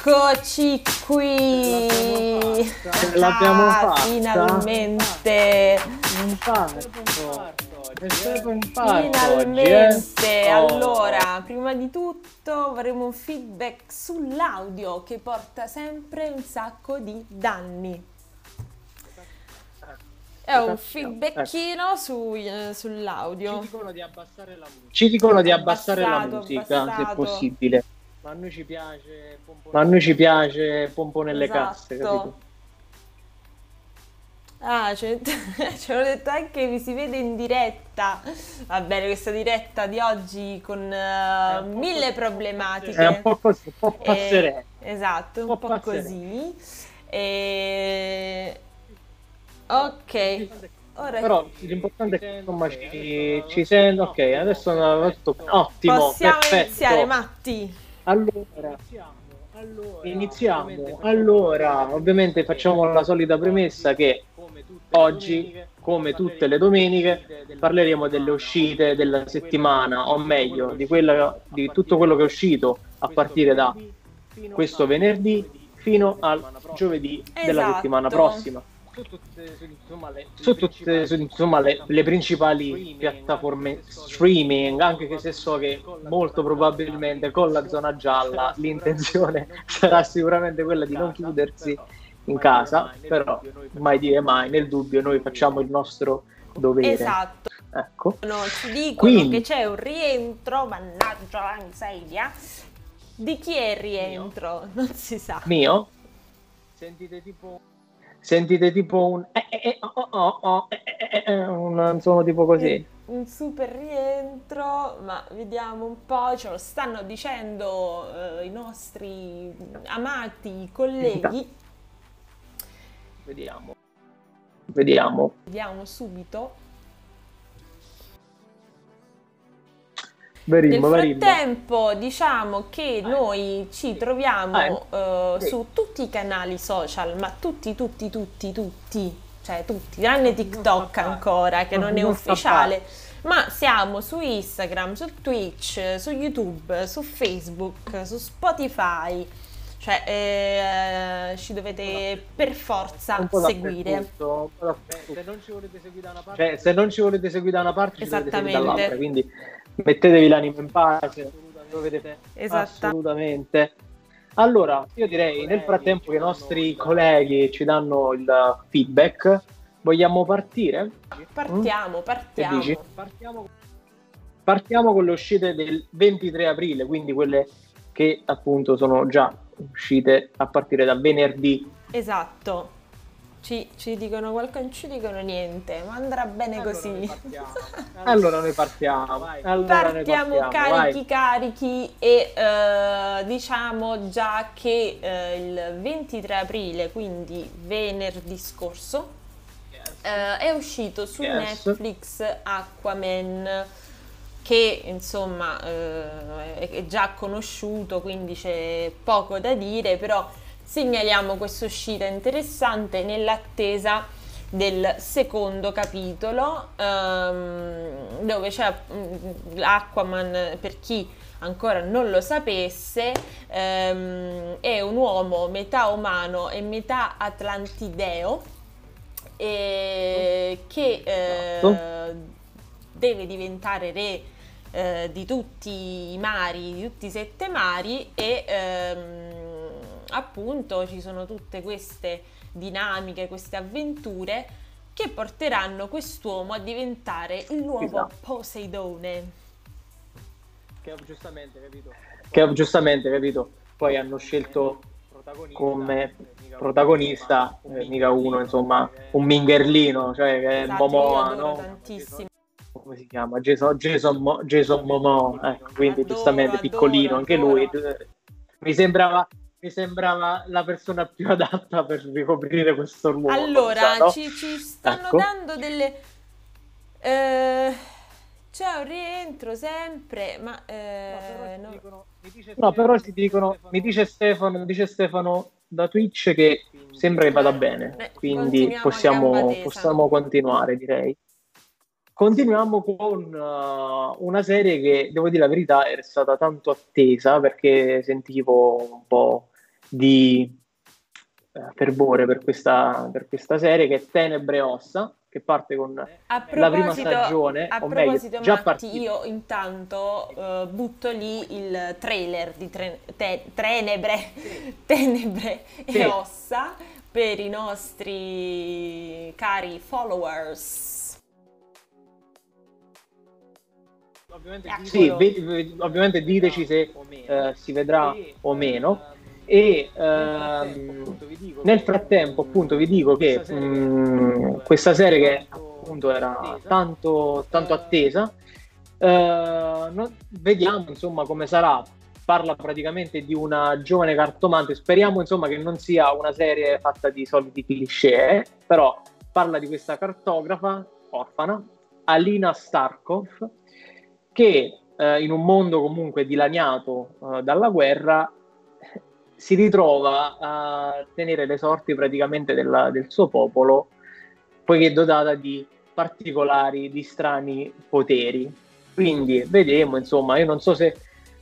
Eccoci qui! Ce l'abbiamo fatta. Finalmente! Un parto. È stato un parto oggi, Finalmente! Oh. Allora, prima di tutto faremo un feedback sull'audio che porta sempre un sacco di danni. È un feedbackino sull'audio. Ci dicono di abbassare la musica. Ci dicono di abbassare la musica, se abbassato. possibile. Ma a noi ci piace pompo nelle casse, Esatto. capito? Ah, ce l'ho detto anche, mi si vede in diretta. Va bene, questa diretta di oggi con mille problematiche. È un po' così, un po' passerella. Esatto, un po' così. Ok, ora Però l'importante è che insomma ci sento. Ok, adesso è tutto ottimo. possiamo Perfetto. iniziare, Matti. Allora, iniziamo. Allora, ovviamente facciamo la solita premessa che oggi, come tutte le domeniche, parleremo delle uscite della settimana, o meglio, di tutto quello che è uscito a partire da questo venerdì fino al giovedì della Esatto. settimana prossima. Su tutte le principali piattaforme streaming, anche se so che molto probabilmente con la zona gialla l'intenzione sarà sicuramente quella di non chiudersi in casa, però mai dire mai, nel dubbio noi facciamo il nostro dovere. Esatto. Ecco. No, ci dicono Quindi, che c'è un rientro, mannaggia la miseria. Di chi è il rientro? Non si sa. mio? Sentite tipo un suono tipo così. Un super rientro, ma vediamo un po', ce lo stanno dicendo i nostri amati colleghi. Vediamo. Vediamo subito. Nel Nel frattempo diciamo che noi ci troviamo su tutti i canali social, ma tutti, cioè tutti, tranne TikTok ancora che non è ufficiale, ma siamo su Instagram, su Twitch, su YouTube, su Facebook, su Spotify, cioè ci dovete per forza seguire. Se non ci volete seguire da una parte, ci dovete seguire dall'altra, Esattamente. quindi mettetevi l'animo in pace, dovete Esatto. assolutamente. Allora, io direi nel frattempo che i nostri colleghi ci danno il feedback, vogliamo partire? Partiamo. Che dici? Partiamo con le uscite del 23 aprile, quindi quelle che appunto sono già uscite a partire da venerdì. Esatto. Ci dicono qualcosa, non ci dicono niente, ma andrà bene così. Allora noi partiamo. Partiamo vai. carichi e diciamo già che il 23 aprile, quindi venerdì scorso, è uscito su Netflix Aquaman, che insomma è già conosciuto, quindi c'è poco da dire, però segnaliamo questa uscita interessante nell'attesa del secondo capitolo, dove c'è l'Aquaman, per chi ancora non lo sapesse, è un uomo metà umano e metà atlantideo, che deve diventare re di tutti i mari, di tutti i 7 mari, e appunto ci sono tutte queste dinamiche, queste avventure che porteranno quest'uomo a diventare il nuovo Poseidone. Che ho giustamente capito. Poi hanno scelto come protagonista mica uno, insomma, un mingerlino, cioè che è Esatto, io Momoa, adoro no? tantissimo. Come si chiama? Jason Momoa, ecco, quindi Adoro, giustamente piccolino anche lui. adoro. Mi sembrava la persona più adatta per ricoprire questo ruolo. Allora, no? ci stanno Ecco. dando delle... c'è un rientro sempre, ma... No, però ti dicono, mi dice Stefano da Twitch che sembra che vada bene, quindi continuiamo a gamba tesa. possiamo continuare, direi. Continuiamo con una serie che, devo dire la verità, era stata tanto attesa perché sentivo un po' di fervore per questa serie, che è Tenebre e Ossa, che parte con la prima stagione, a o meglio, proposito, già Matti, partita. io intanto butto lì il trailer di Tenebre Sì. e Ossa per i nostri cari followers. Sì, ovviamente diteci se si vedrà o meno. E nel frattempo appunto vi dico che questa serie, che appunto era tanto attesa, vediamo insomma come sarà. Parla praticamente di una giovane cartomante, speriamo insomma che non sia una serie fatta di soliti cliché, però parla di questa cartografa orfana, Alina Starkov, che in un mondo comunque dilaniato dalla guerra si ritrova a tenere le sorti praticamente del suo popolo, poiché è dotata di particolari, di strani poteri. Quindi vedremo, insomma, io non so se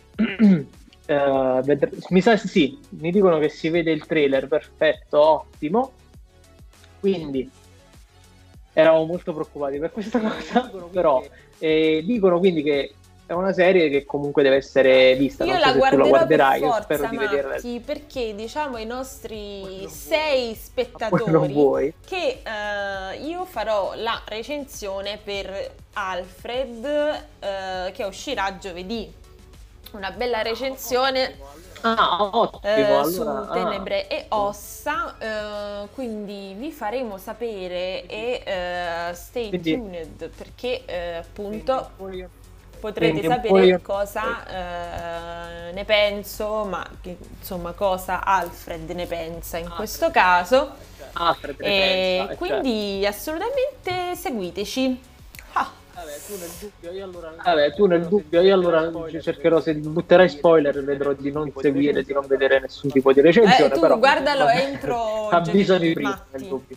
mi sa sì, mi dicono che si vede il trailer, perfetto, ottimo. Quindi eravamo molto preoccupati per questa cosa, però dicono quindi che è una serie che comunque deve essere vista. Io non so la se tu la guarderò per guarderai, io forza, spero di vederla. Matti, perché diciamo ai nostri 6 non spettatori vuoi. che io farò la recensione per Alfred che uscirà giovedì. Una bella recensione Ottimo, su allora, Tenebre e Ossa, quindi vi faremo sapere e stay Quindi- tuned perché appunto potrete quindi un po' sapere io- cosa ne penso, ma insomma cosa Alfred ne pensa in questo caso. Alfred ne E pensa, quindi assolutamente seguiteci. Ah, Vabbè, tu nel dubbio, io allora cercherò, se butterai spoiler, vedrò di non seguire, di non vedere nessun tipo di recensione, tu però guardalo vabbè. entro Avvisami giovedì, prima Matti. nel dubbio.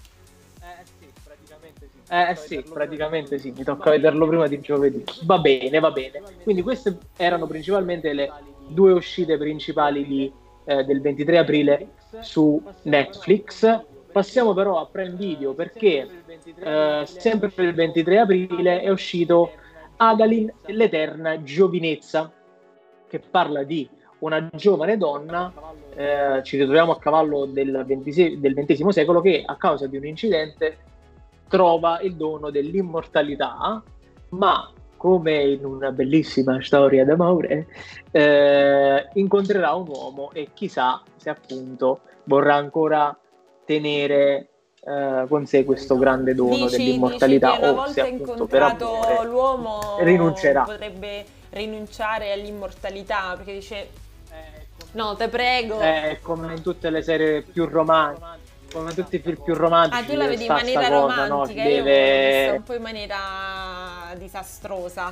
Sì, praticamente sì, mi tocca vederlo prima di giovedì. Va bene, va bene. Quindi queste erano principalmente le due uscite principali del 23 aprile su Netflix. Passiamo però a Prime Video, perché sempre il 23 aprile è uscito Adalin, l'eterna giovinezza, che parla di una giovane donna, ci ritroviamo a cavallo del XX secolo, che a causa di un incidente trova il dono dell'immortalità, ma come in una bellissima storia d'amore incontrerà un uomo e chissà se appunto vorrà ancora tenere con sé questo grande dono Dici dell'immortalità, che una o se volta appunto per incontrato amore l'uomo rinuncerà. potrebbe rinunciare all'immortalità perché dice no, te prego. Come in tutte le serie più romantiche, come in tutti i film più romantici, Tu la vedi in sta maniera sta cosa, no? romantica, Si io l'ho vista deve... un po' in maniera disastrosa.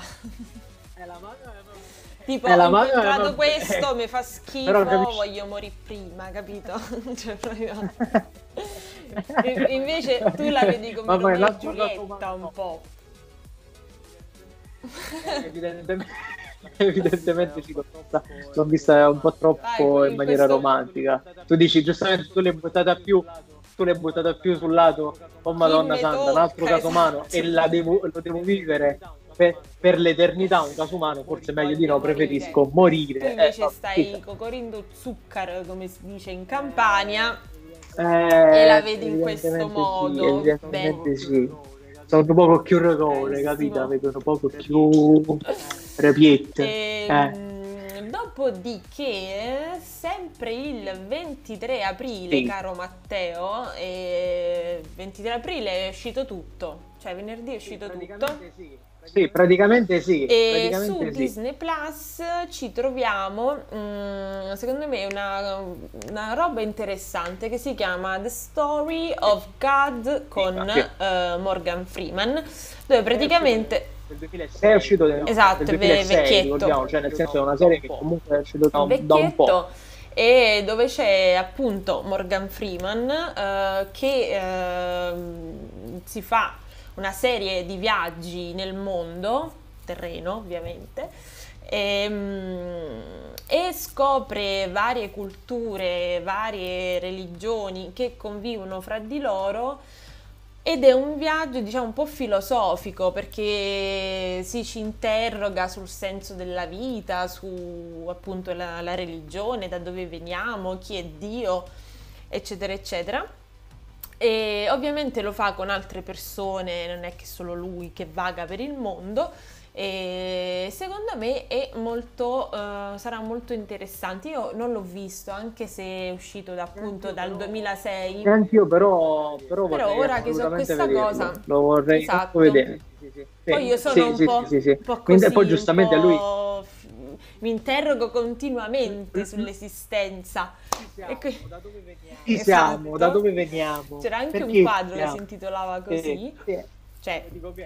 Tipo, la ho mano incontrato questo, mi fa schifo, però capisci- voglio morire prima, capito? Cioè, proprio... Invece tu la vedi come Ma poi Romeo e l'altro Giulietta un po'. evidentemente sì, l'ho vista un po' troppo in maniera romantica. Tu dici giustamente, tu l'hai buttata più sul lato, oh Madonna Chi me Santa, un altro tocca, caso umano, esatto. e lo devo vivere per l'eternità, un caso umano, forse meglio di no, preferisco Tu morire. invece No, stai cocorendo zucchero, come si dice in Campania, e e la vedi in questo evidentemente modo. sì, evidentemente Beh, sì. Sono un poco più regole, capito? Vedo un poco più rapiette. Dopodiché, sempre il 23 aprile, Sì. caro Matteo, 23 aprile è uscito tutto, cioè venerdì è uscito tutto. Sì, praticamente sì. E su Praticamente sì. Disney Plus ci troviamo, secondo me, una roba interessante che si chiama The Story of God con Morgan Freeman, dove praticamente... È uscito nel Esatto, 2006, vecchietto. ricordiamo, cioè nel senso è una serie che comunque è uscita da un po'. vecchietto, e dove c'è appunto Morgan Freeman che si fa una serie di viaggi nel mondo, terreno ovviamente, E scopre varie culture, varie religioni che convivono fra di loro, ed è un viaggio, diciamo, un po' filosofico, perché ci interroga sul senso della vita, su appunto la religione, da dove veniamo, chi è Dio, eccetera eccetera. E ovviamente lo fa con altre persone, non è che solo lui che vaga per il mondo. E secondo me è molto, sarà molto interessante. Io non l'ho visto, anche se è uscito appunto dal 2006. Anch'io però Però vorrei ora che so assolutamente questa vederlo. cosa, Lo vorrei esatto. vedere. Poi io sono un po' Quindi così, poi giustamente un lui po' mi interrogo continuamente sull'esistenza. E da dove veniamo? Chi siamo? Da esatto. dove veniamo? C'era anche Perché un quadro che siamo? si intitolava così. Cioè,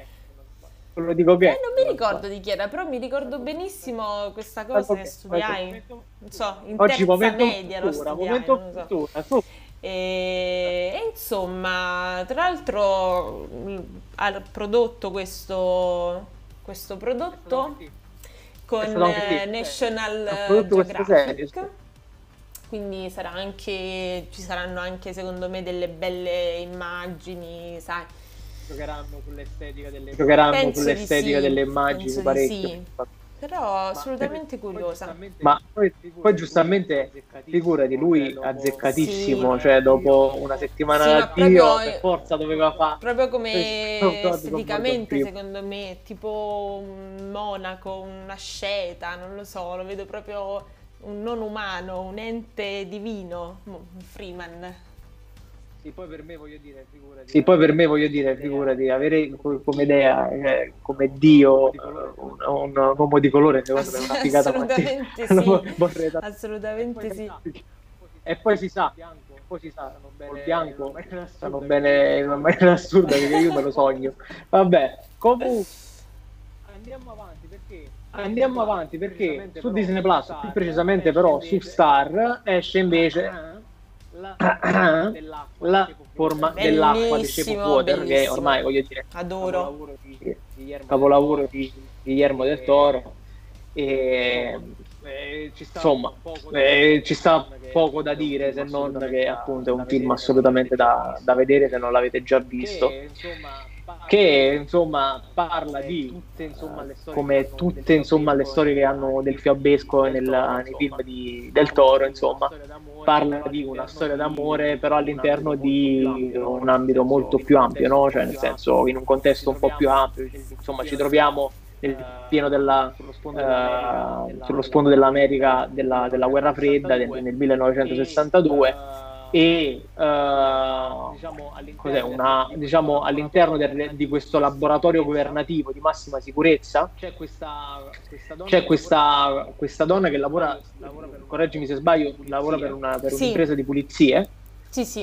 Lo dico che non mi ricordo di chi era, però mi ricordo benissimo questa cosa che studiai, non so, in oggi terza momento media lo cultura, studiai, momento non lo so. cultura, su. E insomma, tra l'altro ha prodotto questo prodotto con National Ha prodotto questa serie, Geographic, quindi ci saranno anche secondo me delle belle immagini, sai. Giocheranno sull'estetica Penso di sì, delle immagini penso di parecchio. sì. Però assolutamente curiosa. Ma poi giustamente figurati, lui azzeccatissimo, Sì. cioè dopo una settimana Sì, ma d'addio proprio- per forza doveva fare. Proprio come Ricordo esteticamente, prima. secondo me, tipo un monaco, una sceta, non lo so, lo vedo proprio un non umano, un ente divino, Freeman. Sì, poi per me voglio dire, figurati, avere come idea, come Dio, un uomo di colore, secondo me è una figata Assolutamente pazzesca. sì, Vorrei assolutamente sì. E poi si sa, col bianco stanno bene in una maniera assurda, perché io me lo sogno. Vabbè, comunque andiamo avanti perché su Disney Plus, più precisamente però su Star, esce invece la forma dell'acqua di Shape of Water, che Bellissimo. ormai, voglio dire, Adoro. capolavoro di Guillermo del Toro. E insomma, ci sta poco da dire, se non che appunto è un film assolutamente da vedere se non l'avete già visto, che insomma parla di come tutte insomma le storie che hanno del fiabesco nei film del Toro, insomma parla di una storia d'amore però all'interno di un ambito molto più ampio, no? Cioè nel senso, in un contesto un po' più ampio, insomma ci troviamo nel pieno sullo sfondo dell'America della guerra fredda nel 1962 e cos'è diciamo all'interno di questo laboratorio governativo di massima sicurezza c'è questa donna che lavora, correggimi se sbaglio, lavora per un'impresa di pulizie. Sì.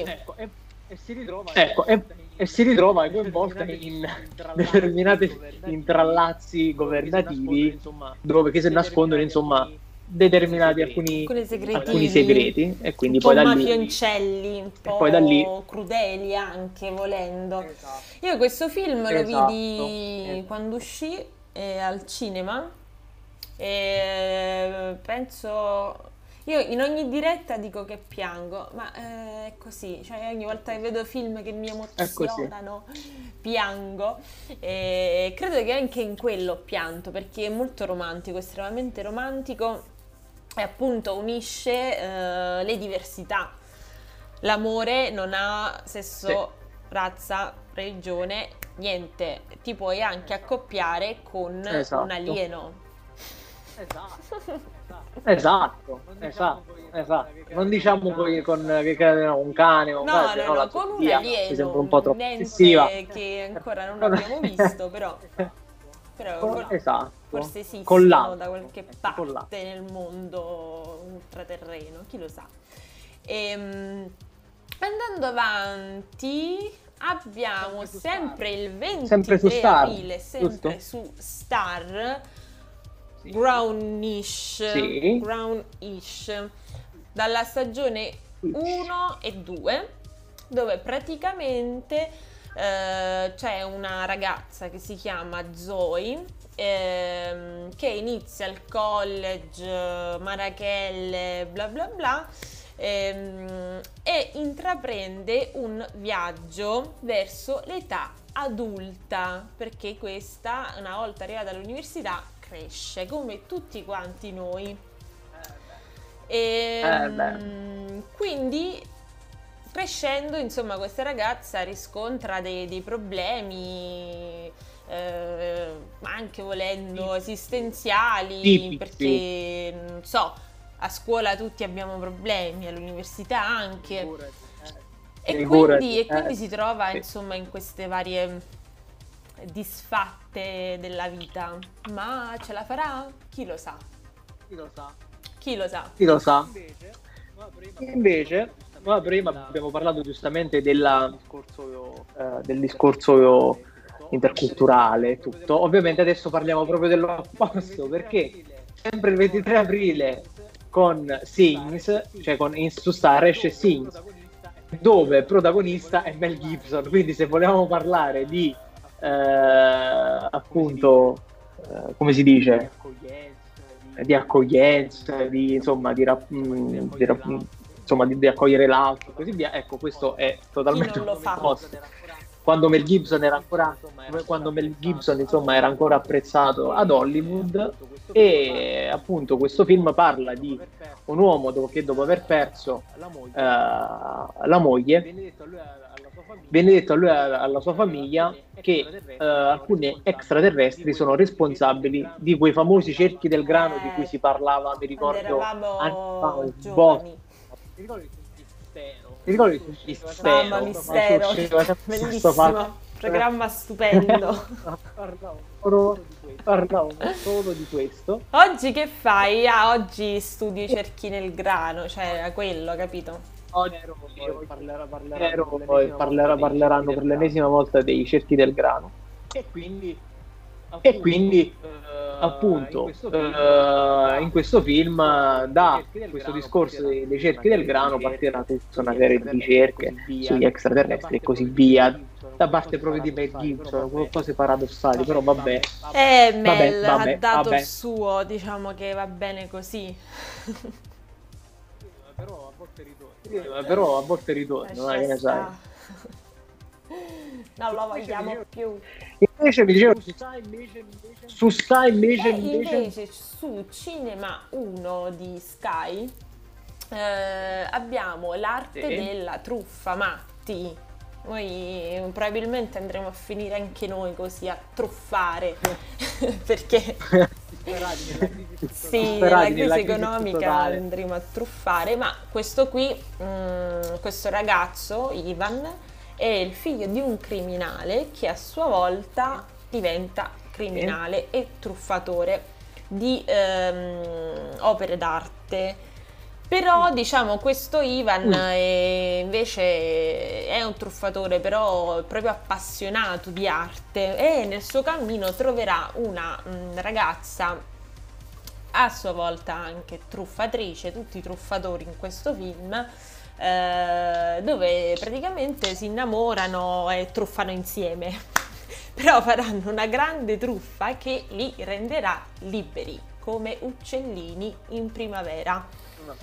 E si ritrova coinvolta in determinati intrallazzi governativi che si nascondono insomma determinati alcuni segreti, e quindi un poi po' da lì mafioncelli, un po' poi da lì crudeli anche volendo. Io questo film lo vidi quando uscì al cinema e penso... Io in ogni diretta dico che piango, ma è così, cioè ogni volta che vedo film che mi emozionano, piango, e credo che anche in quello ho pianto, perché è molto romantico, estremamente romantico, e appunto unisce le diversità. L'amore non ha sesso, razza, religione, niente, ti puoi anche accoppiare con un alieno. Esatto. Non diciamo che un cane o un gatto, no, con un alieno, mi sembra un po' troppo ente eccessiva. che ancora non abbiamo visto, però esatto. forse esistono Con l'altro, da qualche parte nel mondo ultraterreno, chi lo sa. Andando avanti, abbiamo sempre il 23 su Star, aprile, sempre giusto? su Star, Brownish, dalla stagione 1 e 2, dove praticamente c'è una ragazza che si chiama Zoe, che inizia il college, Marachelle, bla bla bla, e intraprende un viaggio verso l'età adulta, perché questa, una volta arrivata all'università, cresce come tutti quanti noi. Quindi crescendo, insomma, questa ragazza riscontra dei problemi, anche volendo esistenziali, perché non so, a scuola tutti abbiamo problemi, all'università anche. E quindi si trova, insomma, in queste varie disfatte della vita. Ma ce la farà? Chi lo sa? Chi lo sa? Invece, prima abbiamo parlato giustamente del discorso interculturale, tutto. Ovviamente adesso parliamo proprio dell'opposto, perché sempre il 23 aprile con Sings, cioè su Star esce Sings, dove il protagonista è Mel Gibson. Quindi se vogliamo parlare di appunto come si dice, di accoglienza, di accogliere l'altro e così via, ecco, questo è totalmente opposto. Quando Mel Gibson era ancora apprezzato ad Hollywood, e appunto questo film parla di un uomo che dopo aver perso la moglie viene detto a lui e alla sua famiglia che alcuni extraterrestri sono responsabili di quei famosi cerchi del grano di cui si parlava, mi ricordo, giovani. Ti ricordi sul Mistero? Mamma, Mistero, bellissimo, programma stupendo. Parlavo solo di questo. Oggi che fai? Oggi studi i cerchi nel grano, cioè era quello, capito? Oggi parleranno per l'ennesima volta dei cerchi del grano. E quindi appunto in questo film, da questo discorso dei cerchi del grano, partirà tutta una serie di ricerche sugli extraterrestri e così via, da parte proprio di Mel Gibson, cose paradossali, però vabbè. Mel ha dato il suo, diciamo che va bene così. Però a volte ritorna, che ne sai. Non lo vogliamo più. Invece mi dicevo su Sky invece su Cinema 1 di Sky abbiamo l'arte della truffa, Matti. Noi probabilmente andremo a finire anche noi così a truffare perché sì, nella crisi economica andremo a truffare. Ma questo ragazzo Ivan è il figlio di un criminale che a sua volta diventa criminale e truffatore di opere d'arte. Però diciamo questo Ivan invece è un truffatore, però proprio appassionato di arte, e nel suo cammino troverà una ragazza a sua volta anche truffatrice, tutti i truffatori in questo film, dove praticamente si innamorano e truffano insieme. Però faranno una grande truffa che li renderà liberi come uccellini in primavera.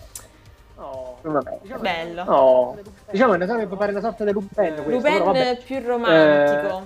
Bello. Diciamo che pare una sorta di Lupin, Lupin più romantico.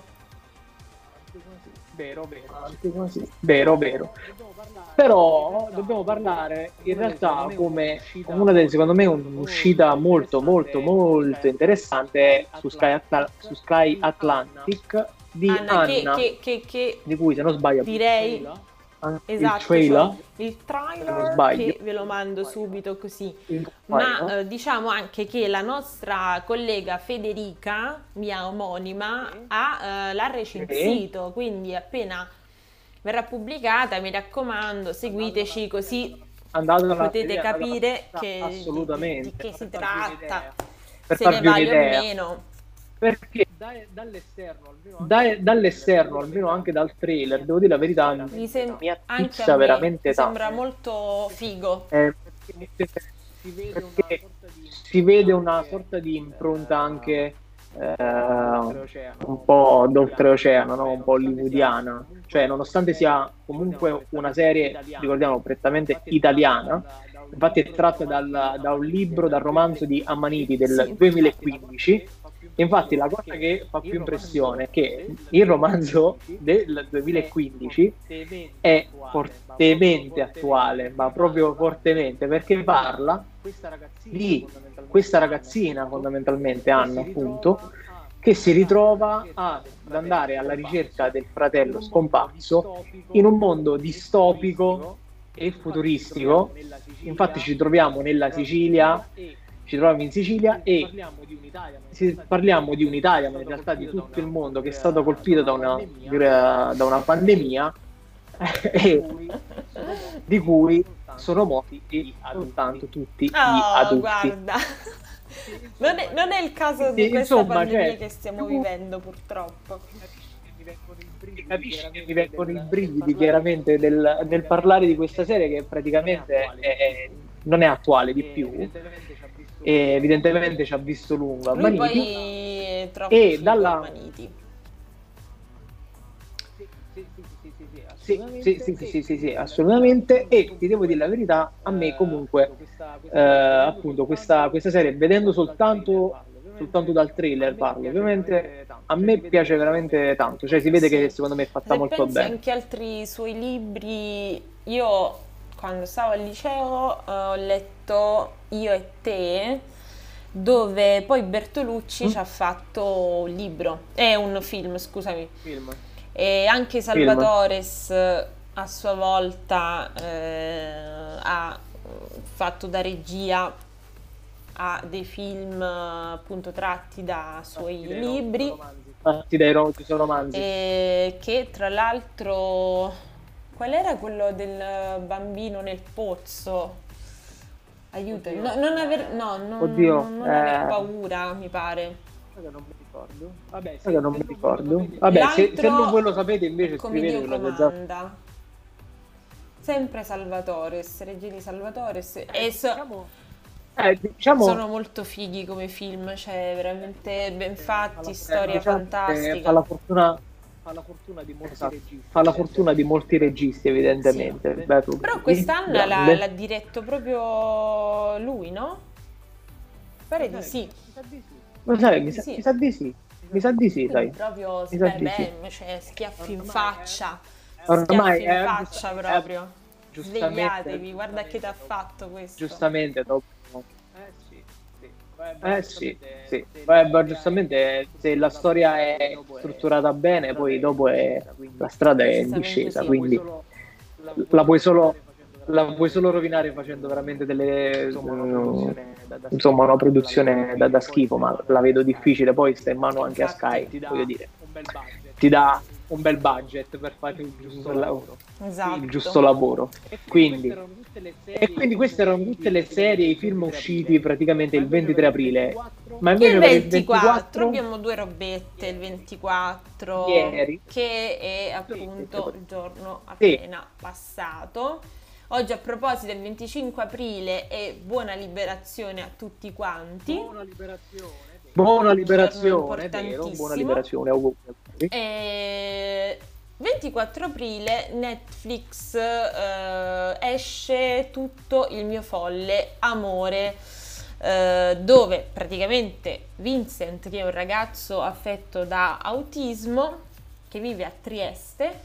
Vero. Però dobbiamo parlare in realtà come una delle, secondo me, un'uscita molto interessante su Sky Atlantic di Anna, che di cui, se non sbaglio, direi esatto, il trailer che ve lo mando subito così. Ma diciamo anche che la nostra collega Federica, mia omonima, l'ha recensito, quindi appena verrà pubblicata, mi raccomando, seguiteci così potete capire di che si tratta, se ne vale o meno. Perché dall'esterno, almeno anche dal trailer, devo dire la verità, mi attizza veramente tanto. Sembra molto figo. Perché si vede una sorta di impronta anche un po' d'oltreoceano, no? Un po' hollywoodiana, cioè nonostante sia comunque una serie, ricordiamo, prettamente italiana, infatti è tratta da un libro, dal romanzo di Ammaniti del Sì. 2015. Infatti la cosa che fa più impressione è che il romanzo del 2015 è fortemente attuale, ma proprio fortemente, perché parla di questa ragazzina, fondamentalmente Anna, appunto, che si ritrova ad andare alla ricerca del fratello scomparso in un mondo distopico e futuristico. Infatti ci troviamo nella Sicilia, ci troviamo in Sicilia e parliamo di un'Italia, ma in realtà di tutto il mondo che è stato colpito da una pandemia e di cui sono morti soltanto tutti gli Oh, adulti. guarda, non è il caso di E, questa insomma, pandemia cioè, che stiamo vivendo, purtroppo. capisci che mi vengono i brividi chiaramente nel parlare di questa serie che praticamente non è attuale di più, e evidentemente ci ha visto lungo a Lui Maniti poi è troppo e figo, dalla... Amaniti. Sì, assolutamente. E ti devo dire la verità, a me comunque, appunto, questa serie, vedendo soltanto dal trailer parlo, ovviamente, a me piace veramente tanto, cioè si vede che Sì. secondo me è fatta Se molto pensi bene. anche a altri suoi libri, io quando stavo al liceo ho letto Io e te, dove poi Bertolucci Mm? ci ha fatto un libro, è un film, scusami. Film. E anche Film. Salvatores a sua volta ha fatto da regia a dei film appunto tratti da suoi libri, Ci sono romanzi. che tra l'altro, qual era quello del bambino nel pozzo? Aiutami, Oddio, non aver paura, mi pare. sai che non mi ricordo. Sai che non mi ricordo. Vabbè, se non voi L'altro, lo sapete invece come Dio scrivetemelo che già... comanda, sempre Salvatores, regia di Salvatores, e Diciamo, sono molto fighi come film, cioè veramente ben fatti, storia diciamo che fantastica. esatto, fa la fortuna di molti registi, Sì. evidentemente. Però Bertolucci, quest'anno l'ha grande. diretto proprio lui, no? Pare di sì. Ma sai, Di sì. mi sa di sì. Mi sa di sì, Quindi sai. proprio Mi sa di sì. bam, cioè schiaffi in faccia. Ormai, Schiaffi in faccia proprio. giustamente, Svegliatevi, guarda che ti ha fatto questo. giustamente dopo... sì, sì. Beh, giustamente se la storia è strutturata bene, poi dopo la strada è in Decisamente discesa, sì. quindi la puoi solo, la puoi solo rovinare facendo veramente insomma, una produzione da schifo, ma la vedo difficile. Poi sta in mano anche a Infatti, Sky, voglio dire, ti dà un bel budget per fare il giusto esatto. lavoro. Quindi, e quindi queste erano tutte le serie, i film usciti praticamente il 23 aprile, ma Il invece per il 24 24, abbiamo due robette, il 24 ieri, che è sì, appunto il giorno sì, appena passato. Oggi a proposito del 25 aprile e buona liberazione a tutti quanti, buona un giorno liberazione, è vero, buona importantissimo. liberazione, auguri. E 24 aprile Netflix esce Tutto il mio folle amore, dove praticamente Vincent, che è un ragazzo affetto da autismo, che vive a Trieste,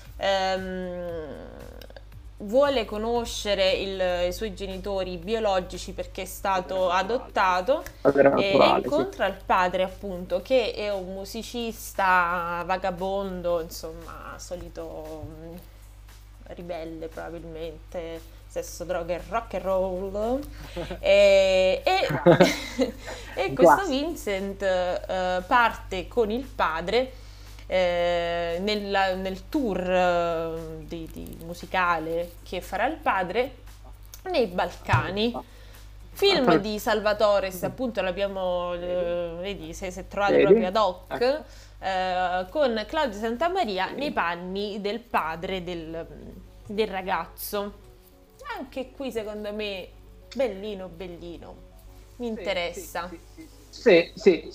vuole conoscere i suoi genitori biologici perché è stato adottato Padre e naturale, sì. incontra il padre, appunto, che è un musicista vagabondo, insomma, solito ribelle probabilmente, sesso, droga e rock and roll. E Un questo classico. Vincent parte con il padre nel tour musicale che farà il padre nei Balcani. Film di Salvatore, se appunto l'abbiamo, vedi, se è trovato proprio Vedi? ad hoc, Ecco. con Claudio Santamaria nei panni del padre del ragazzo. Anche qui secondo me bellino, bellino. mi interessa. Sì.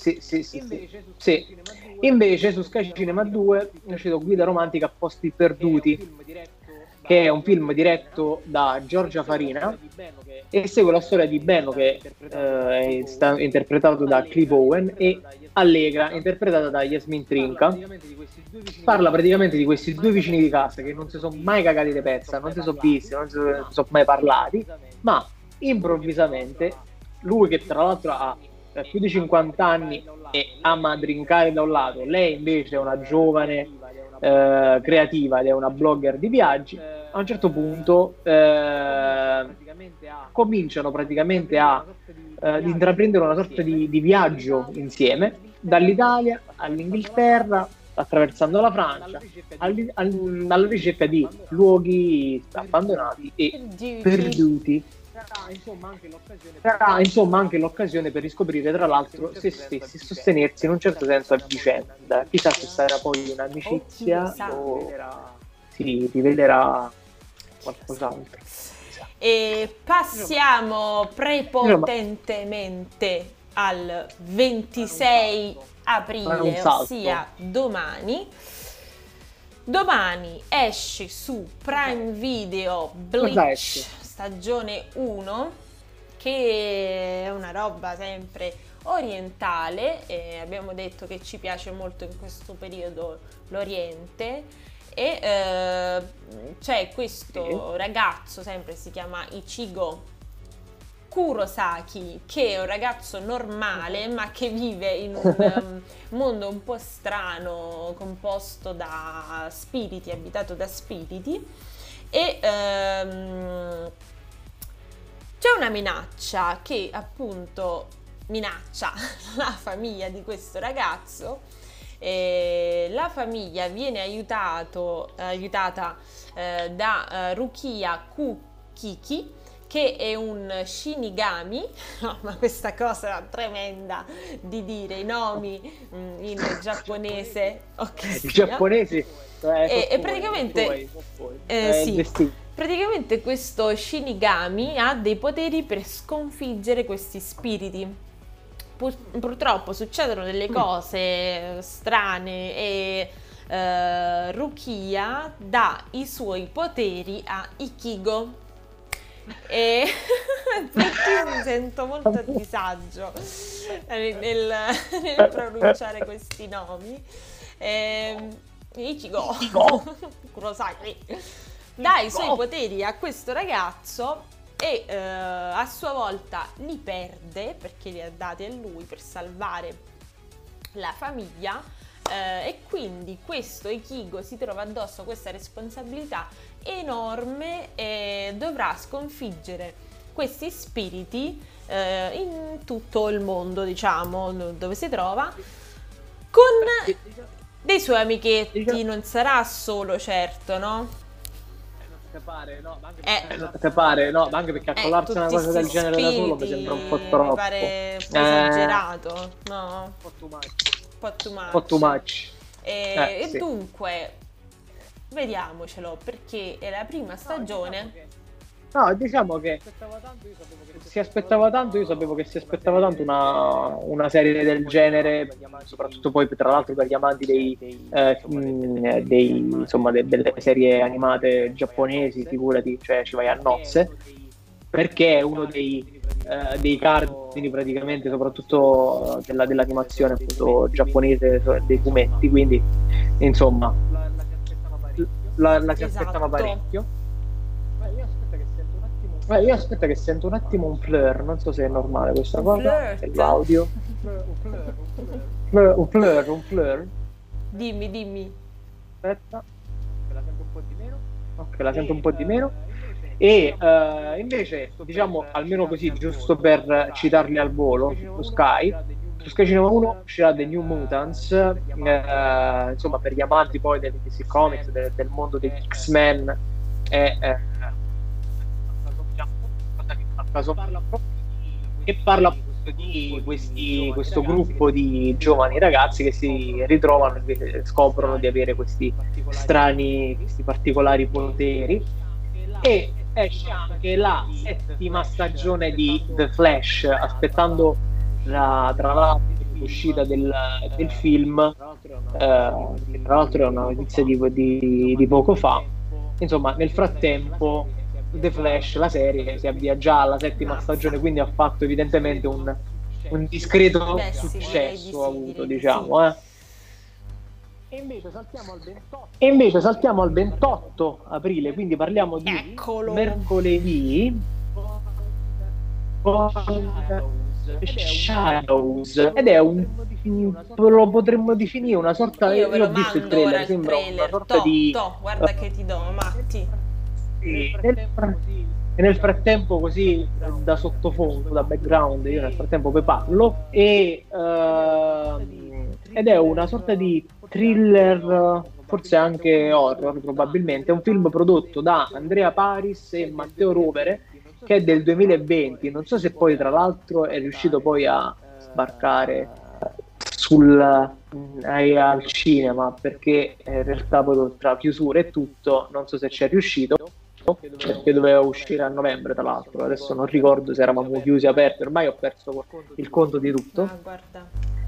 Invece su Sky Cinema 2 è uscito Guida romantica a posti perduti, che è un film diretto da Giorgia Farina e segue la storia di Benno, che è interpretato da Clive Owen, e Allegra, interpretata da Yasmin Trinca. Parla praticamente di questi due vicini di casa che non si sono mai cagati di pezza, non si sono visti, non si sono mai parlati, ma improvvisamente lui, che tra l'altro ha più di 50 anni e ama drinkare da un lato, lei invece è una giovane creativa ed è una blogger di viaggi, a un certo punto cominciano praticamente a intraprendere una sorta di viaggio insieme, dall'Italia all'Inghilterra, attraversando la Francia, alla ricerca di luoghi abbandonati e perduti. Sarà insomma anche l'occasione per riscoprire tra l'altro se stessi e sostenersi in un certo senso a vicenda. Chissà se sarà poi un'amicizia o si rivelerà qualcos'altro. E passiamo prepotentemente al 26 aprile, ossia domani. Domani esce su Prime Video Bleach stagione 1, che è una roba sempre orientale, e abbiamo detto che ci piace molto in questo periodo l'Oriente, e c'è questo ragazzo, sempre si chiama Ichigo Kurosaki, che è un ragazzo normale ma che vive in un mondo un po' strano, composto da spiriti, abitato da spiriti, e c'è una minaccia che appunto minaccia la famiglia di questo ragazzo. La famiglia viene aiutata da Rukia Kukiki, che è un Shinigami. No, ma questa cosa tremenda di dire i nomi in giapponese. I giapponesi e praticamente praticamente questo Shinigami ha dei poteri per sconfiggere questi spiriti. Purtroppo succedono delle cose strane e Rukia dà i suoi poteri a Ichigo. E perché mi sento molto a disagio nel pronunciare questi nomi. Ichigo Kurosaki dà i suoi poteri a questo ragazzo e a sua volta li perde, perché li ha dati a lui per salvare la famiglia, e quindi questo Ichigo si trova addosso questa responsabilità enorme e dovrà sconfiggere questi spiriti in tutto il mondo, diciamo, dove si trova, con dei suoi amichetti. Non sarà solo, certo, no? Te pare, no? Ma anche perché accollarsi una cosa del genere da solo mi sembra un po' troppo. Mi pare un po' esagerato, no? Un po' too much. E dunque, vediamocelo, perché è la prima stagione. No, diciamo che si aspettava tanto, io sapevo che si aspettava tanto una serie del genere, soprattutto poi tra l'altro per gli amanti insomma delle serie animate giapponesi, figurati, cioè ci vai a nozze, perché è uno dei cardini praticamente, soprattutto dell'animazione appunto giapponese, dei fumetti, quindi insomma la si aspettava parecchio. Io aspetta che sento un attimo un flare, non so se è normale questa cosa, l'audio. Un flare. Dimmi. Aspetta, la sento un po' di meno. Ok, la sento un po' di meno. E invece, diciamo, almeno così, giusto per citarli al volo, su Sky Cinema 1 uscirà The New Mutants, insomma, per gli amanti poi dei DC Comics, del mondo degli X-Men, parla di questo gruppo di giovani ragazzi che si ritrovano e scoprono di avere questi particolari poteri, e esce anche la 7ª stagione di The Flash, aspettando tra l'altro l'uscita del film, che tra l'altro è una notizia di poco fa. Insomma, nel frattempo The Flash, la serie, si avvia già alla 7ª stagione, quindi ha fatto evidentemente un discreto successo, ha avuto, diciamo, E invece saltiamo al 28 aprile, quindi parliamo di mercoledì, con Shadows, ed è lo potremmo definire una sorta, io ho visto il trailer, sembra una sorta di guarda che ti do, Matti. Sì, e nel frattempo, così da sottofondo, da background, io nel frattempo poi parlo, ed è una sorta di thriller, forse anche horror probabilmente. È un film prodotto da Andrea Paris e Matteo Rovere, che è del 2020. Non so se poi tra l'altro è riuscito poi a sbarcare al cinema, perché in realtà poi tra chiusure e tutto non so se ci è riuscito, perché doveva uscire a novembre, tra l'altro adesso non ricordo se eravamo chiusi o aperti, ormai ho perso il conto di tutto. Guarda.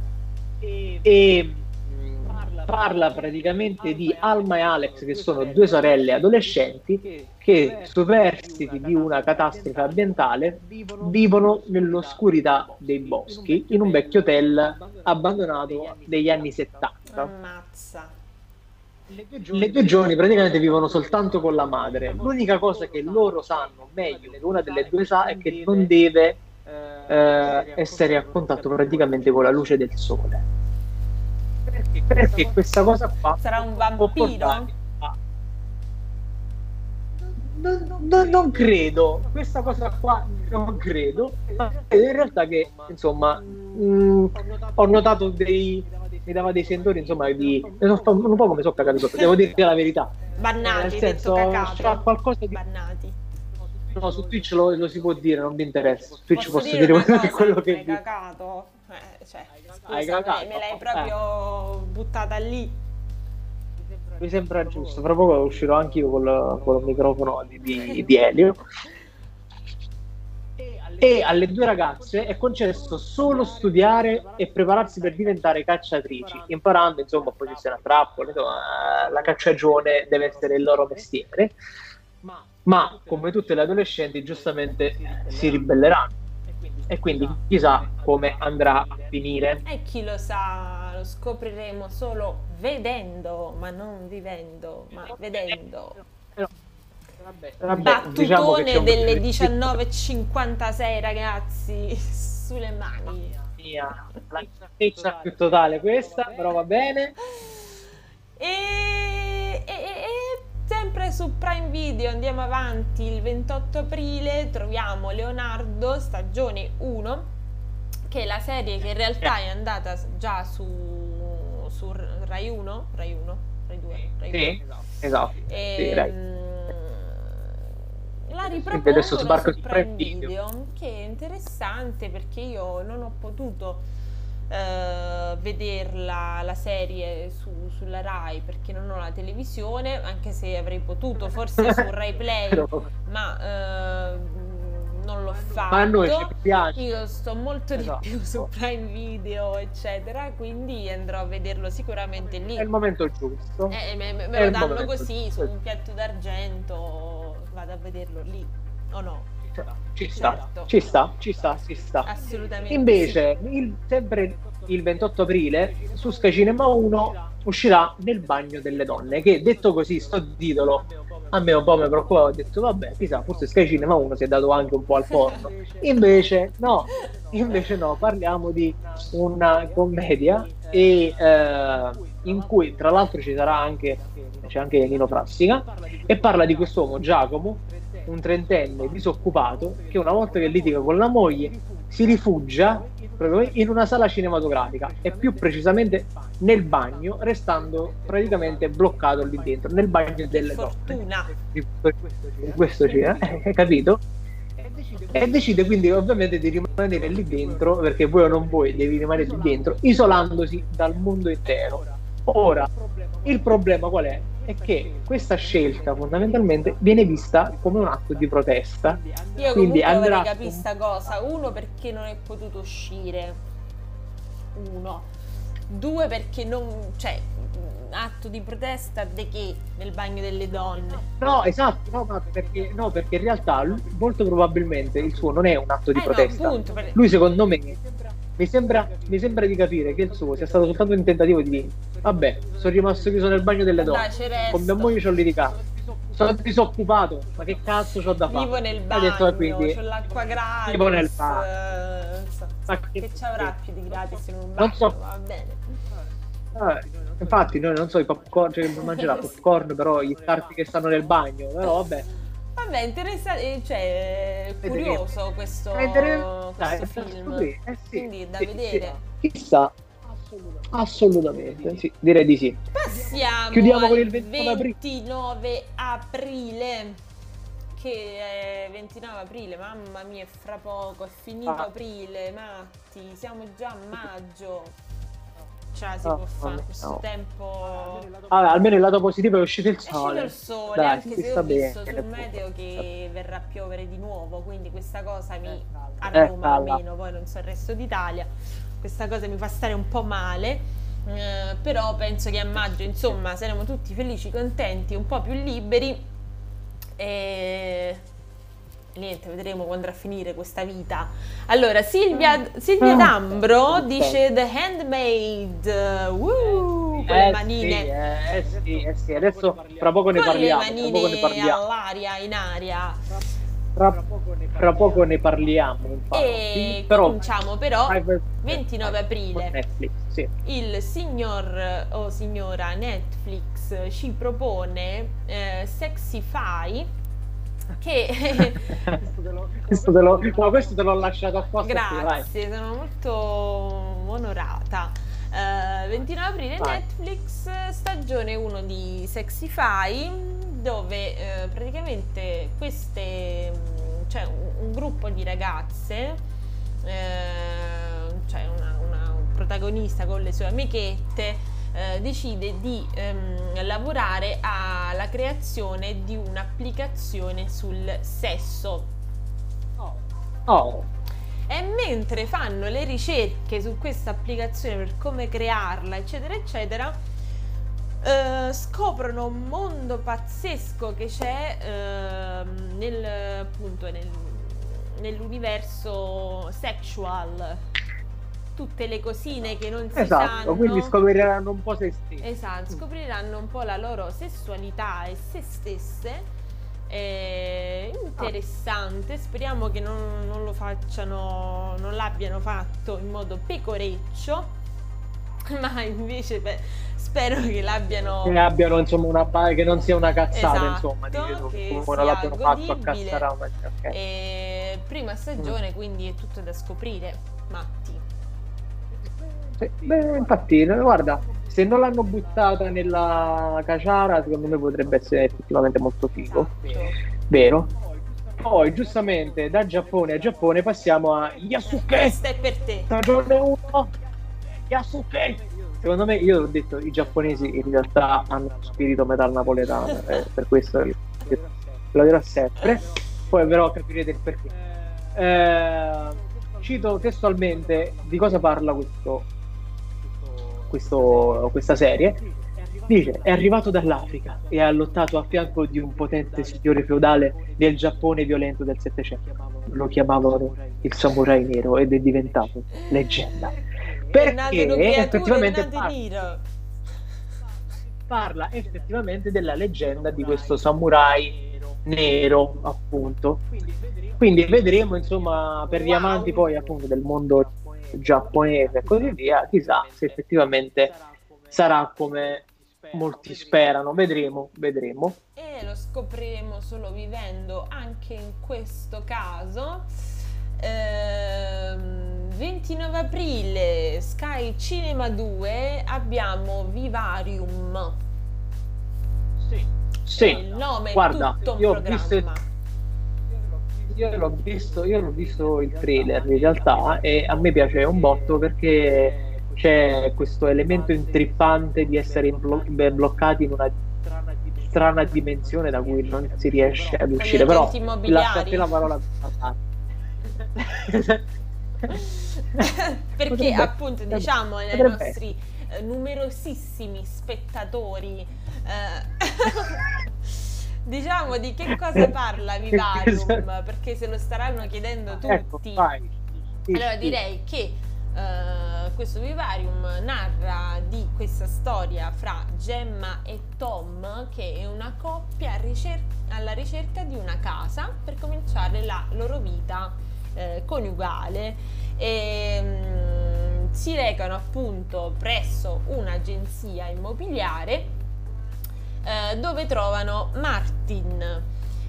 E parla praticamente di Alma e Alex, che sono due sorelle adolescenti che, superstiti di una catastrofe ambientale, vivono nell'oscurità dei boschi in un vecchio hotel abbandonato degli anni 70. Ammazza. Le due giovani praticamente vivono soltanto con la madre. L'unica cosa che loro sanno meglio, che una delle due sa, è che non deve essere a contatto praticamente con la luce del sole, perché questa cosa qua sarà un vampiro? Non credo, questa cosa qua non credo, ma in realtà che insomma ho notato mi dava dei sentori, insomma, un po' come so cagato sotto, devo dire la verità. Bannati, nel senso, c'ha qualcosa di bannati. No, su Twitch lo si può dire, non mi interessa. Su Twitch posso dire quello che hai cagato? Cioè, scusa, hai cagato? Me l'hai proprio buttata lì. Mi sembra giusto. Fra poco uscirò anch'io con il microfono di Elio. E alle due ragazze è concesso solo studiare e prepararsi per diventare cacciatrici, imparando insomma a posizionare a trappole. Insomma, la cacciagione deve essere il loro mestiere, ma come tutte le adolescenti giustamente si ribelleranno, e quindi chissà come andrà a finire. E chi lo sa, lo scopriremo solo vedendo, ma non vivendo, ma vedendo. Vabbè, Battutone, diciamo che delle 19:56, ragazzi, sulle mani. La certezza più totale questa, però va bene. E sempre su Prime Video andiamo avanti. Il 28 aprile troviamo Leonardo, stagione 1, che è la serie che in realtà è andata già su Rai 1, Rai 2, Rai 2. Sì, esatto. Sì, Rai. La ripropongono su Prime Video, che è interessante perché io non ho potuto vederla la serie sulla Rai, perché non ho la televisione, anche se avrei potuto forse su Rai Play, ma non l'ho fatto. Ma a noi ci piace. Io sto molto di più su Prime Video, eccetera, quindi andrò a vederlo sicuramente lì. È il momento giusto. Me lo danno così su un piatto d'argento, vado a vederlo lì, o no? Ci Certo. sta. Assolutamente. Invece, sempre il 28 aprile su Sky Cinema 1 uscirà Nel bagno delle donne, che detto così, sto titolo a me un po' mi preoccupava, ho detto vabbè, chissà, forse Sky Cinema 1 si è dato anche un po' al porno. Invece no, parliamo di una commedia in cui tra l'altro c'è anche Nino Frassica, e parla di quest'uomo Giacomo, un trentenne disoccupato, che una volta che litiga con la moglie si rifugia proprio in una sala cinematografica, e più precisamente nel bagno, restando praticamente bloccato lì dentro, nel bagno delle donne. Questo cinema, hai capito? E decide quindi ovviamente di rimanere lì dentro, perché vuoi o non vuoi devi rimanere lì dentro, isolandosi dal mondo intero. Ora, il problema qual è? è che questa scelta fondamentalmente viene vista come un atto di protesta. Io Quindi comunque vorrei andrà capire sta cosa. Uno, perché non è potuto uscire. Uno. Due, perché non... Cioè, atto di protesta di che? Nel bagno delle donne. No, esatto, no, perché in realtà molto probabilmente il suo non è un atto di No, protesta. appunto. Lui secondo me mi sembra di capire che il suo sia stato soltanto un tentativo di vabbè, sono rimasto chiuso nel bagno delle donne. Dai, ci Con mia resto. moglie ci ho litigato. Sono disoccupato, ma che cazzo c'ho da fare? Vivo nel Ha detto, bagno, quindi, c'ho l'acqua gratis. vivo nel bagno. Ma Che ci avrà più di gratis in un non bagno? so. Va bene. Infatti noi non so i popcorn, cioè mangerà popcorn, però gli scarti che stanno nel bagno, però vabbè. Vabbè, interessante, cioè, Vedremo. curioso questo Dai, film. sì, Quindi è da sì, vedere. sì. Chissà, assolutamente, sì, direi di sì. Passiamo Chiudiamo con al il 29 aprile. 29 aprile. Che è 29 aprile, mamma mia, è fra poco, è finito aprile, matti, siamo già a maggio. Cioè, si può fare questo tempo. Vabbè, almeno il lato positivo è uscito il È uscito sole. il sole, Dai, anche si se sta ho visto bene. sul meteo che verrà a piovere di nuovo, quindi questa cosa a Eh, Roma calla. almeno, poi non so il resto d'Italia, questa cosa mi fa stare un po' male, però penso che a maggio, insomma, saremo tutti felici, contenti, un po' più liberi e niente, vedremo quando andrà a finire questa vita. Allora, Silvia D'Ambro dice The Handmaid, con le manine. Sì. Adesso fra poco ne Con le parliamo. Tra poco ne manine parliamo. all'aria, in aria. Fra poco ne parliamo. Infatti. E Però cominciamo però 29 aprile. Netflix, sì. Il signor o signora Netflix ci propone Sexify che questo te l'ho lasciato apposta. grazie, sono molto onorata. 29 aprile Vai. Netflix, stagione 1 di Sexify, dove praticamente c'è un gruppo di ragazze, c'è una protagonista con le sue amichette, decide di lavorare alla creazione di un'applicazione sul sesso. Oh, E mentre fanno le ricerche su questa applicazione per come crearla, eccetera, eccetera, scoprono un mondo pazzesco che c'è nell'universo sexual. Tutte le cosine che non si esatto, sanno. quindi scopriranno un po' se stessi. Esatto, scopriranno un po' la loro sessualità e se stesse. Interessante, speriamo che non lo facciano, non l'abbiano fatto in modo pecoreccio, ma invece spero che l'abbiano Che abbiano insomma che non sia una cazzata, esatto, insomma, che come non l'abbiano sia fatto a godibile. Cassarama. Ok. Prima stagione, quindi è tutto da scoprire, Matti. Sì, beh, infatti, guarda, se non l'hanno buttata nella caciara, secondo me potrebbe essere effettivamente molto figo. Vero? Poi, giustamente, da Giappone a Giappone passiamo a Yasuke, Questa è per te. stagione 1. Yasuke. Secondo me, io ho detto, i giapponesi in realtà hanno uno spirito metal napoletano, per questo lo dirò sempre. Poi però capirete il perché. Cito testualmente di cosa parla questa serie. Dice: è arrivato dall'Africa e ha lottato a fianco di un potente signore feudale del Giappone violento del Settecento. Lo chiamavano il samurai nero ed è diventato leggenda. Perché effettivamente parla effettivamente della leggenda di questo samurai nero, appunto. Quindi vedremo, insomma, per gli amanti poi appunto del mondo giapponese e così via, chissà se effettivamente sarà come molti sperano. Vedremo. E lo scopriremo solo vivendo anche in questo caso. 29 aprile Sky Cinema 2 abbiamo Vivarium. Sì, il nome guarda, è tutto un io programma. l'ho visto il trailer in realtà e a me piace un botto perché c'è questo elemento intrippante di essere bloccati in una strana dimensione da cui non si riesce ad uscire. Però lasciate la parola perché appunto diciamo ai nostri numerosissimi spettatori diciamo di che cosa parla Vivarium, perché se lo staranno chiedendo tutti. Ecco, vai. Allora direi che questo Vivarium narra di questa storia fra Gemma e Tom, che è una coppia alla ricerca di una casa per cominciare la loro vita coniugale, e si recano appunto presso un'agenzia immobiliare dove trovano Martin.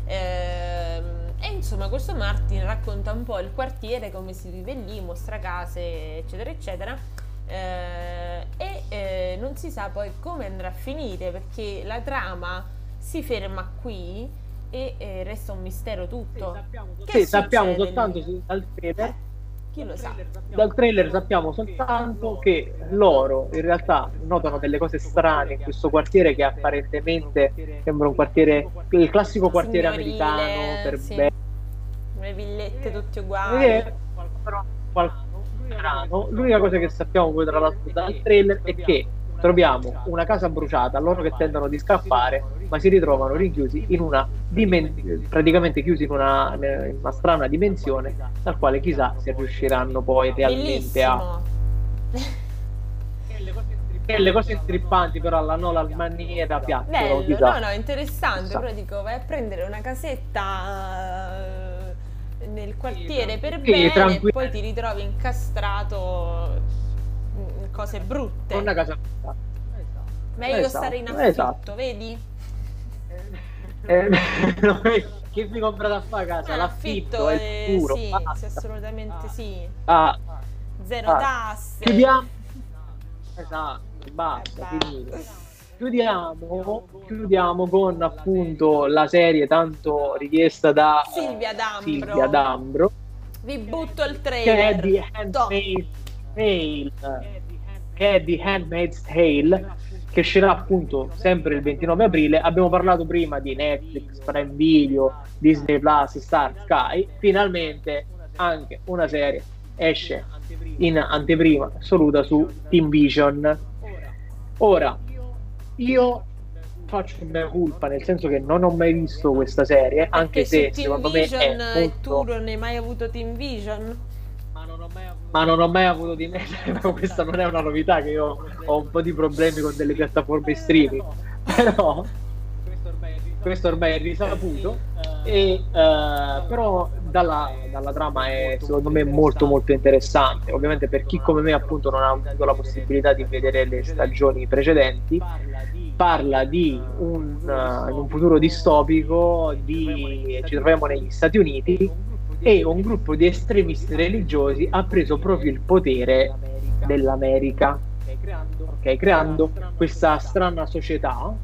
E insomma questo Martin racconta un po' il quartiere, come si vive lì, mostra case eccetera eccetera, e non si sa poi come andrà a finire, perché la trama si ferma qui e resta un mistero tutto. Sì, sappiamo soltanto dal trailer. Chi lo sa? Dal trailer sappiamo soltanto che loro in realtà notano delle cose strane in questo quartiere, che apparentemente sembra un quartiere, il classico quartiere americano per sì. Le villette tutte uguali. Però strano. L'unica cosa che sappiamo poi tra l'altro dal trailer è che troviamo una casa bruciata, loro che tendono di scappare, ma si ritrovano rinchiusi in una praticamente chiusi in una strana dimensione, dal quale chissà se riusciranno poi realmente Bellissimo. le cose intrippanti, però alla Nolan maniera piacciono. Bello, chissà. no, interessante. Chissà. Però dico, vai a prendere una casetta nel quartiere per Sì, bene, e tranquillo. poi ti ritrovi incastrato in cose brutte. Una casa Meglio stare in affitto, esatto. Vedi? Chi mi compra da fare casa? L'affitto è puro. Sì, Basta. sì, assolutamente sì. Ah. Zero tasse. Chiudiamo. Esatto, basta, finito. Chiudiamo con appunto la serie tanto richiesta da Silvia D'Ambro, Vi butto il che trailer. è The Handmaid's Tale, che uscirà appunto sempre il 29 aprile. Abbiamo parlato prima di Netflix, Prime Video, Disney Plus, Star, Sky. Finalmente anche una serie esce in anteprima assoluta su TeamVision. Ora, io faccio una colpa, nel senso che non ho mai visto questa serie, anche se secondo me è molto... Tu non hai mai avuto TeamVision? Ma non ho mai avuto di me. Questa non è una novità, che io ho un po' di problemi con delle piattaforme streaming, però questo ormai è risaputo. Però dalla trama è secondo me molto molto interessante. Ovviamente per chi come me appunto non ha avuto la possibilità di vedere le stagioni precedenti, parla di in un futuro distopico, ci troviamo negli Stati Uniti, e un gruppo di estremisti religiosi ha preso proprio il potere dell'America, ok, creando questa strana società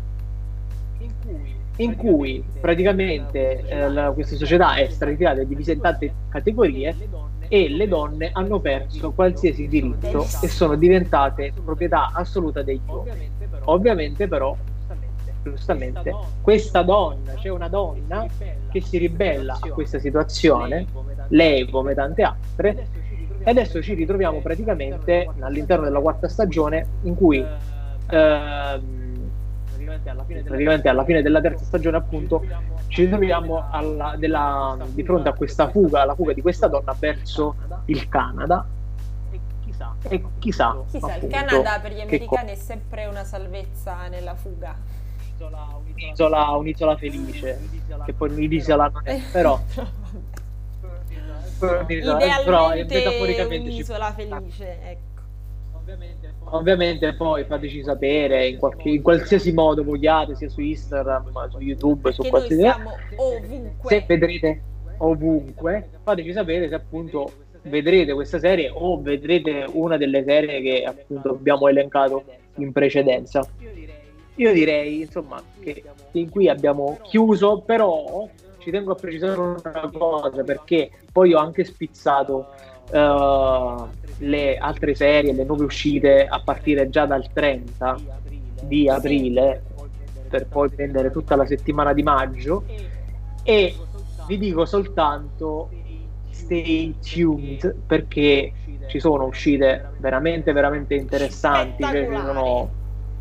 in cui praticamente questa società è stratificata e divisa in tante categorie, e le donne hanno perso qualsiasi diritto e sono diventate proprietà assoluta degli uomini. Ovviamente però, giustamente, c'è una donna che si ribella a questa situazione, lei come tante altre, e adesso ci ritroviamo praticamente all'interno della quarta stagione, in cui praticamente alla fine della terza stagione appunto ci ritroviamo di fronte a questa la fuga di questa donna verso il Canada, e chissà appunto, il Canada per gli americani è sempre una salvezza nella fuga. Un'isola felice, che poi un'isola non è, però idealmente metaforicamente un'isola felice, ecco. Ovviamente poi fateci sapere in qualsiasi modo vogliate, sia su Instagram, su YouTube, perché su qualsiasi, noi siamo ovunque. se vedrete ovunque, fateci sapere se appunto vedrete questa serie o vedrete una delle serie che appunto abbiamo elencato in precedenza. Io direi insomma che in qui abbiamo chiuso, però ci tengo a precisare una cosa, perché poi ho anche spizzato le altre serie, le nuove uscite a partire già dal 30 di aprile, per poi prendere tutta la settimana di maggio. E vi dico soltanto stay tuned, perché ci sono uscite veramente veramente interessanti, cioè ci sono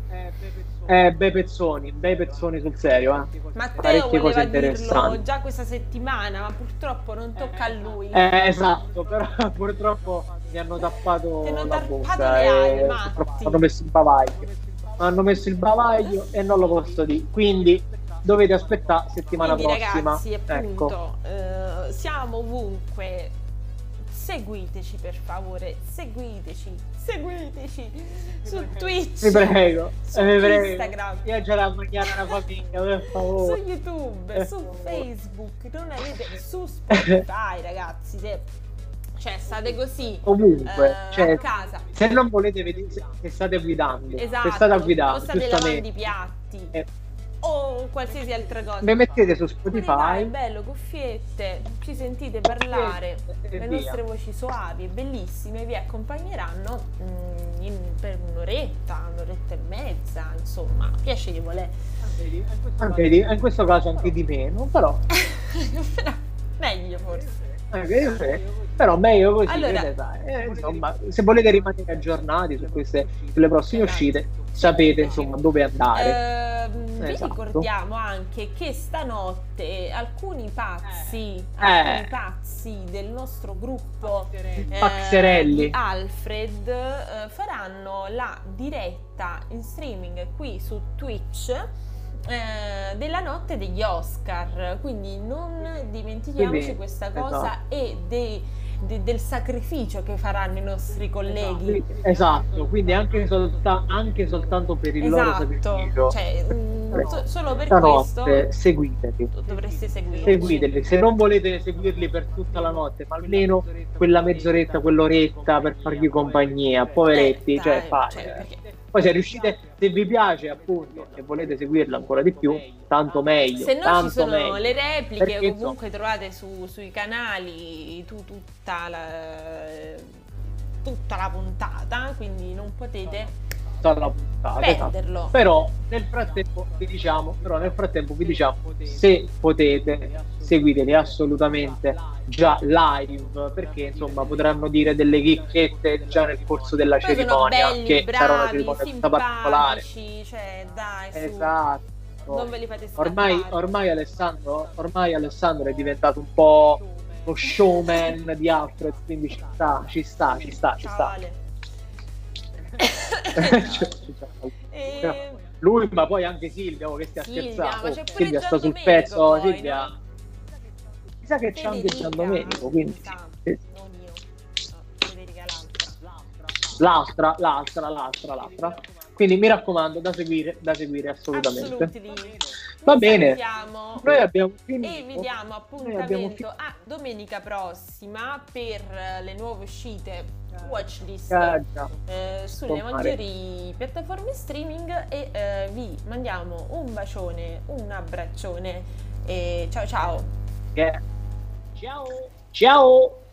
bei pezzoni sul serio, Matteo parecchie cose voleva dirlo interessanti. già questa settimana, ma purtroppo non tocca a lui. Esatto, però purtroppo mi hanno tappato Ti hanno la tarpato bocca le ali, e Matti. purtroppo hanno messo il bavaglio e non lo posso dire, quindi dovete aspettare settimana Quindi prossima. ragazzi, Ecco. appunto, siamo ovunque. Seguiteci per favore, seguiteci su Twitch, Vi prego, su vi prego. Instagram, Io già la mangiare una famiglia, per favore. su YouTube, Per su favore. Facebook, non avete su Spotify, ragazzi, cioè state così Ovunque, cioè, a casa. se non volete vedere, se state guidando, Esatto, se state a o guidare, state lavando i giustamente, piatti o qualsiasi altra cosa. mi mettete su È Spotify bello, cuffiette, ci sentite parlare, e le via. nostre voci soavi e bellissime vi accompagneranno per un'oretta e mezza, insomma, piacevole. anche in questo caso anche di meno, però Però meglio forse. però meglio così, Allora, insomma, se volete rimanere aggiornati sulle prossime uscite, sapete insomma dove andare. Vi Esatto. ricordiamo anche che stanotte alcuni pazzi del nostro gruppo Pazzerelli. di Alfred faranno la diretta in streaming qui su Twitch della notte degli Oscar, quindi non dimentichiamoci Quindi, questa cosa e del sacrificio che faranno i nostri colleghi. Esatto, quindi anche soltanto per il loro sacrificio. Cioè, solo per Stanotte questo seguiteli. dovreste Seguiteli, se non volete seguirli per tutta la notte, ma almeno quella mezz'oretta, quell'oretta per fargli compagnia, poveretti, perché poi se vi piace appunto e volete seguirla ancora di più, tanto meglio. Se no tanto ci sono meglio. le repliche, Perché, comunque trovate sui canali tutta la puntata, quindi non potete la puntata, perderlo. esatto. Però nel frattempo vi diciamo, se potete seguiteli assolutamente già live, perché insomma potranno dire delle chicchette già nel corso della Poi cerimonia, sono belli, che sarà una bravi, cerimonia tutta particolare. simpatici, cioè dai, su, Esatto. non ve li fate scappare. Ormai Alessandro è diventato un po' lo showman di Alfred, quindi ci sta. Ale. Lui, ma poi anche Silvia, che stia scherzando. Ma c'è pure Silvia sta Gian sul Domenico, pezzo, poi, Silvia. no? Mi sa che c'è anche Gian Domenico, quindi sì. Non io. Federica l'altra. Quindi mi raccomando, da seguire assolutamente. Assolutamente. Va bene. Salutiamo. Noi abbiamo finito. E vi diamo appuntamento a domenica prossima per le nuove uscite watchlist sulle maggiori piattaforme streaming e vi mandiamo un bacione, un abbraccione e ciao. Ciao.